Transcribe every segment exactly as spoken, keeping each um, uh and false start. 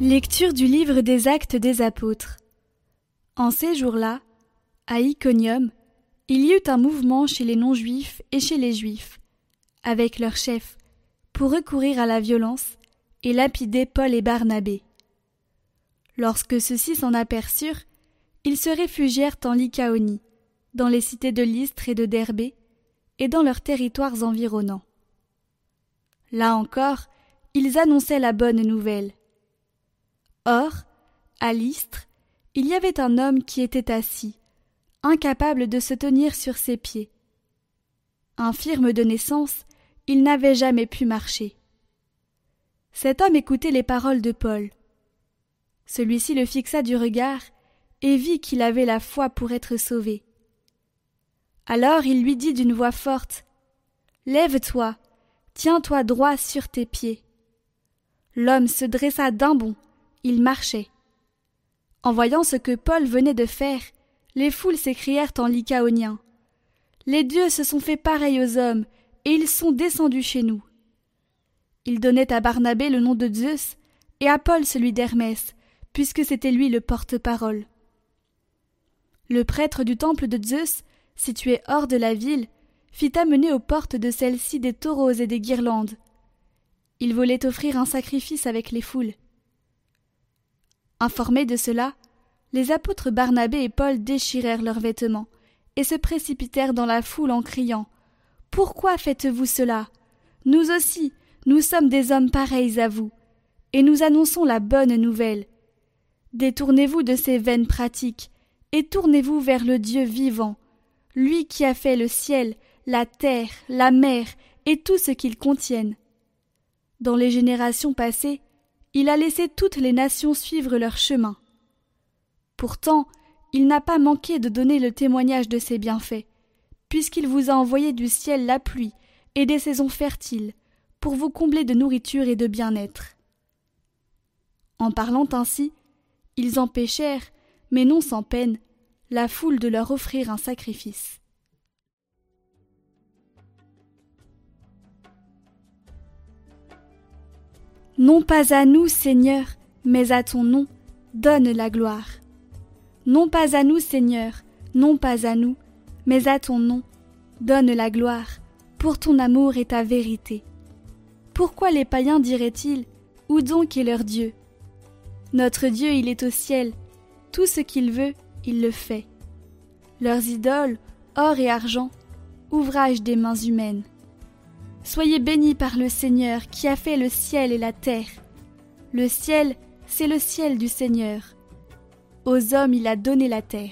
Lecture du livre des Actes des Apôtres. En ces jours-là, à Iconium, il y eut un mouvement chez les non-juifs et chez les juifs, avec leurs chefs, pour recourir à la violence et lapider Paul et Barnabé. Lorsque ceux-ci s'en aperçurent, ils se réfugièrent en Lycaonie, dans les cités de Lystre et de Derbé, et dans leurs territoires environnants. Là encore, ils annonçaient la bonne nouvelle. Or, à Lystre, il y avait un homme qui était assis, incapable de se tenir sur ses pieds. Infirme de naissance, il n'avait jamais pu marcher. Cet homme écoutait les paroles de Paul. Celui-ci le fixa du regard et vit qu'il avait la foi pour être sauvé. Alors il lui dit d'une voix forte : « Lève-toi, tiens-toi droit sur tes pieds. » L'homme se dressa d'un bond. Il marchait. En voyant ce que Paul venait de faire, les foules s'écrièrent en lycaonien : « Les dieux se sont fait pareils aux hommes, et ils sont descendus chez nous. » Ils donnaient à Barnabé le nom de Zeus, et à Paul celui d'Hermès, puisque c'était lui le porte-parole. Le prêtre du temple de Zeus, situé hors de la ville, fit amener aux portes de celle-ci des taureaux et des guirlandes. Il voulait offrir un sacrifice avec les foules. Informés de cela, les apôtres Barnabé et Paul déchirèrent leurs vêtements et se précipitèrent dans la foule en criant : « Pourquoi faites-vous cela ? Nous aussi, nous sommes des hommes pareils à vous, et nous annonçons la bonne nouvelle. Détournez-vous de ces vaines pratiques, et tournez-vous vers le Dieu vivant, lui qui a fait le ciel, la terre, la mer et tout ce qu'ils contiennent. Dans les générations passées, il a laissé toutes les nations suivre leur chemin. Pourtant, il n'a pas manqué de donner le témoignage de ses bienfaits, puisqu'il vous a envoyé du ciel la pluie et des saisons fertiles, pour vous combler de nourriture et de bien-être. » En parlant ainsi, ils empêchèrent, mais non sans peine, la foule de leur offrir un sacrifice. Non pas à nous, Seigneur, mais à ton nom, donne la gloire. Non pas à nous, Seigneur, non pas à nous, mais à ton nom, donne la gloire, pour ton amour et ta vérité. Pourquoi les païens diraient-ils : où donc est leur Dieu ? Notre Dieu, il est au ciel, tout ce qu'il veut, il le fait. Leurs idoles, or et argent, ouvrage des mains humaines. Soyez bénis par le Seigneur qui a fait le ciel et la terre. Le ciel, c'est le ciel du Seigneur. Aux hommes, il a donné la terre.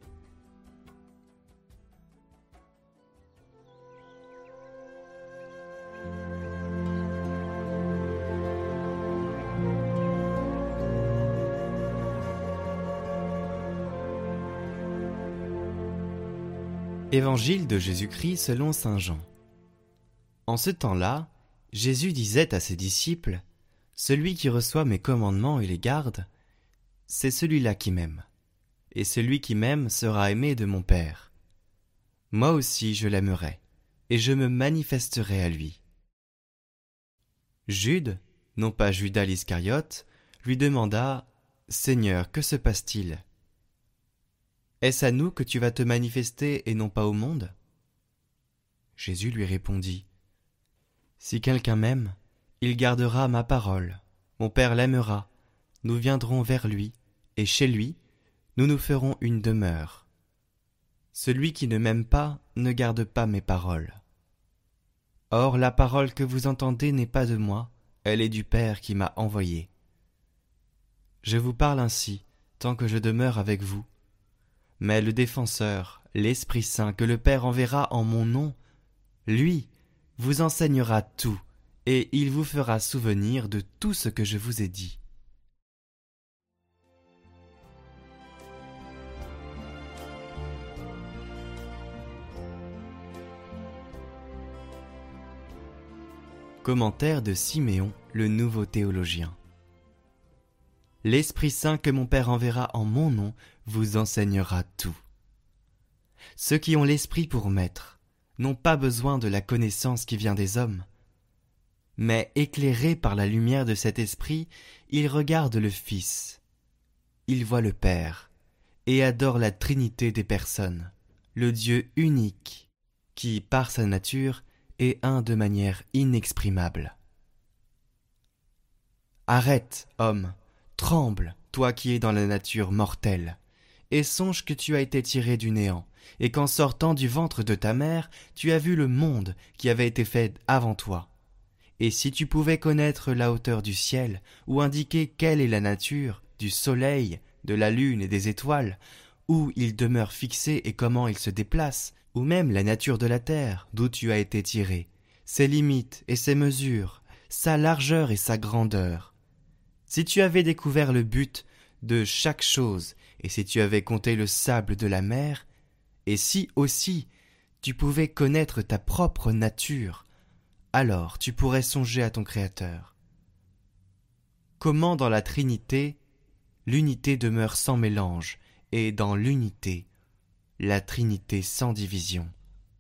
Évangile de Jésus-Christ selon saint Jean. En ce temps-là, Jésus disait à ses disciples : « Celui qui reçoit mes commandements et les garde, c'est celui-là qui m'aime. Et celui qui m'aime sera aimé de mon Père. Moi aussi je l'aimerai, et je me manifesterai à lui. » Jude, non pas Judas l'Iscariote, lui demanda : « Seigneur, que se passe-t-il ? Est-ce à nous que tu vas te manifester et non pas au monde ?» Jésus lui répondit : « Si quelqu'un m'aime, il gardera ma parole. Mon Père l'aimera. Nous viendrons vers lui, et chez lui, nous nous ferons une demeure. Celui qui ne m'aime pas ne garde pas mes paroles. Or, la parole que vous entendez n'est pas de moi, elle est du Père qui m'a envoyé. Je vous parle ainsi, tant que je demeure avec vous. Mais le Défenseur, l'Esprit Saint, que le Père enverra en mon nom, lui vous enseignera tout, et il vous fera souvenir de tout ce que je vous ai dit. » Commentaire de Siméon, le nouveau théologien. L'Esprit Saint que mon Père enverra en mon nom vous enseignera tout. Ceux qui ont l'Esprit pour maître n'ont pas besoin de la connaissance qui vient des hommes, mais éclairés par la lumière de cet esprit, ils regardent le Fils. Ils voient le Père et adorent la Trinité des personnes, le Dieu unique, qui, par sa nature, est un de manière inexprimable. Arrête, homme, tremble, toi qui es dans la nature mortelle, et songe que tu as été tiré du néant, et qu'en sortant du ventre de ta mère, tu as vu le monde qui avait été fait avant toi. Et si tu pouvais connaître la hauteur du ciel, ou indiquer quelle est la nature du soleil, de la lune et des étoiles, où ils demeurent fixés et comment ils se déplacent, ou même la nature de la terre, d'où tu as été tiré, ses limites et ses mesures, sa largeur et sa grandeur. Si tu avais découvert le but de chaque chose, et si tu avais compté le sable de la mer, et si aussi tu pouvais connaître ta propre nature, alors tu pourrais songer à ton Créateur. Comment dans la Trinité, l'unité demeure sans mélange, et dans l'unité, la Trinité sans division.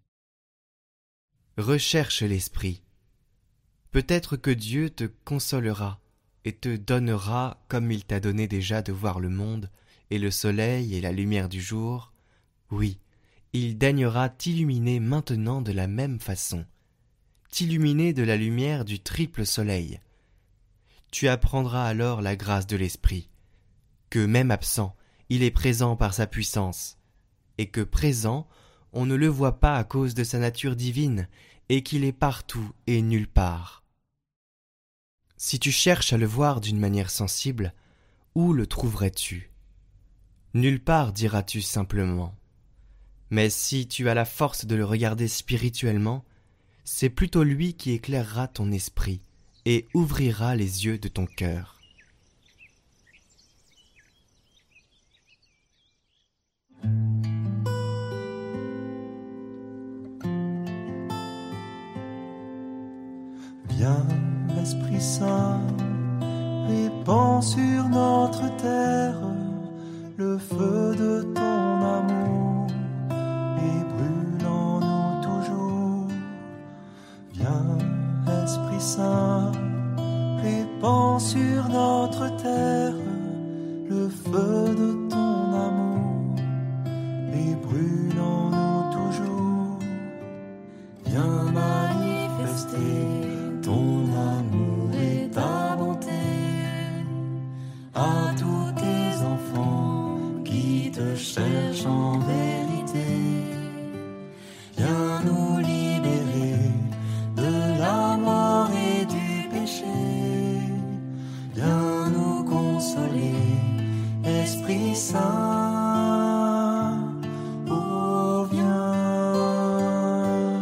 Recherche l'Esprit. Peut-être que Dieu te consolera et te donnera, comme il t'a donné déjà de voir le monde, et le soleil et la lumière du jour. Oui, il daignera t'illuminer maintenant de la même façon, t'illuminer de la lumière du triple soleil. Tu apprendras alors la grâce de l'Esprit, que même absent, il est présent par sa puissance, et que présent, on ne le voit pas à cause de sa nature divine, et qu'il est partout et nulle part. Si tu cherches à le voir d'une manière sensible, où le trouverais-tu? Nulle part, diras-tu simplement. Mais si tu as la force de le regarder spirituellement, c'est plutôt lui qui éclairera ton esprit et ouvrira les yeux de ton cœur. Viens, Esprit Saint, répand sur notre terre le feu de ton amour et brûle en nous toujours. Viens, Esprit Saint, répand sur notre terre le feu de ton amour et brûle en nous toujours. Viens manifester ton amour et ta bonté à tous tes enfants qui te cherchent en vérité. Viens nous libérer de la mort et du péché. Viens nous consoler, Esprit Saint. Oh, viens.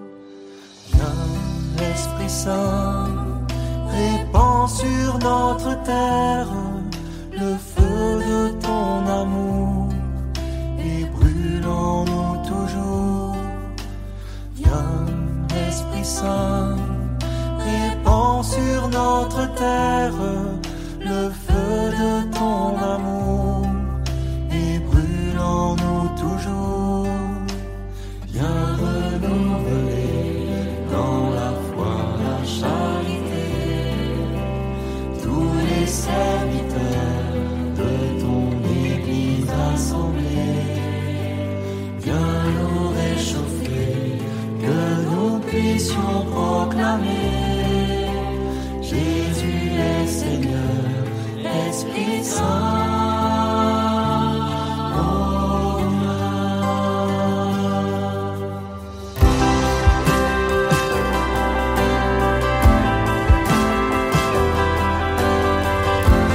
Viens, Esprit Saint, répand sur notre terre le feu de ton amour et brûle en nous toujours. Viens, Esprit Saint, répand sur notre terre le feu de ton amour et brûle en nous toujours. Viens renouveler dans la foi, la charité, tous les serviteurs de ton Église assemblée. Viens nous réchauffer, que nous puissions proclamer Jésus est Seigneur, Esprit Saint. Oh, viens.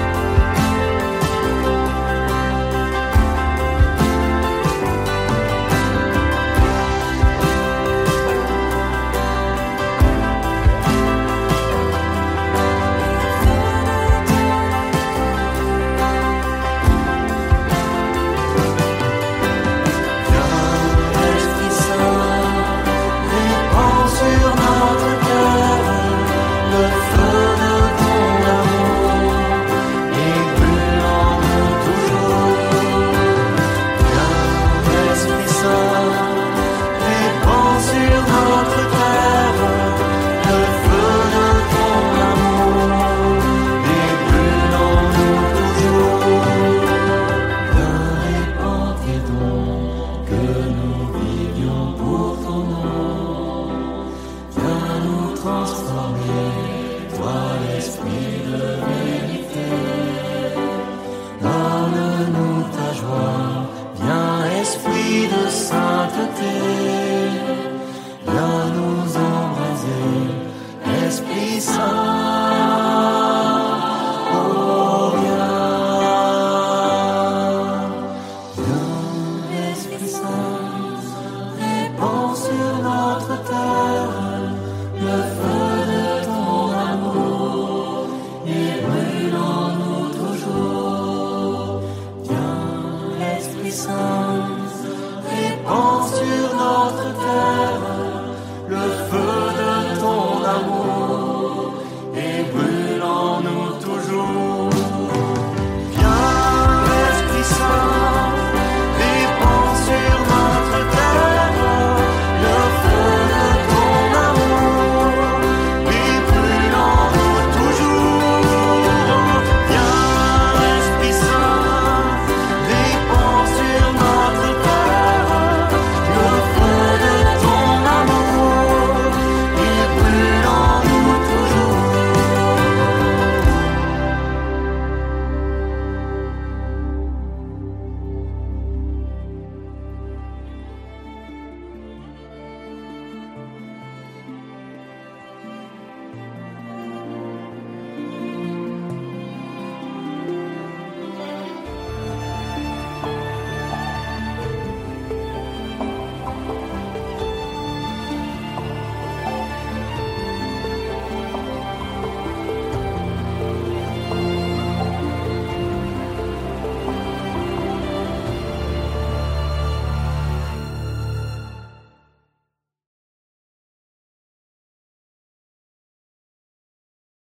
transformer, toi l'esprit de vérité. Donne-nous ta joie, viens esprit de sainteté. Viens nous embraser, Esprit Saint.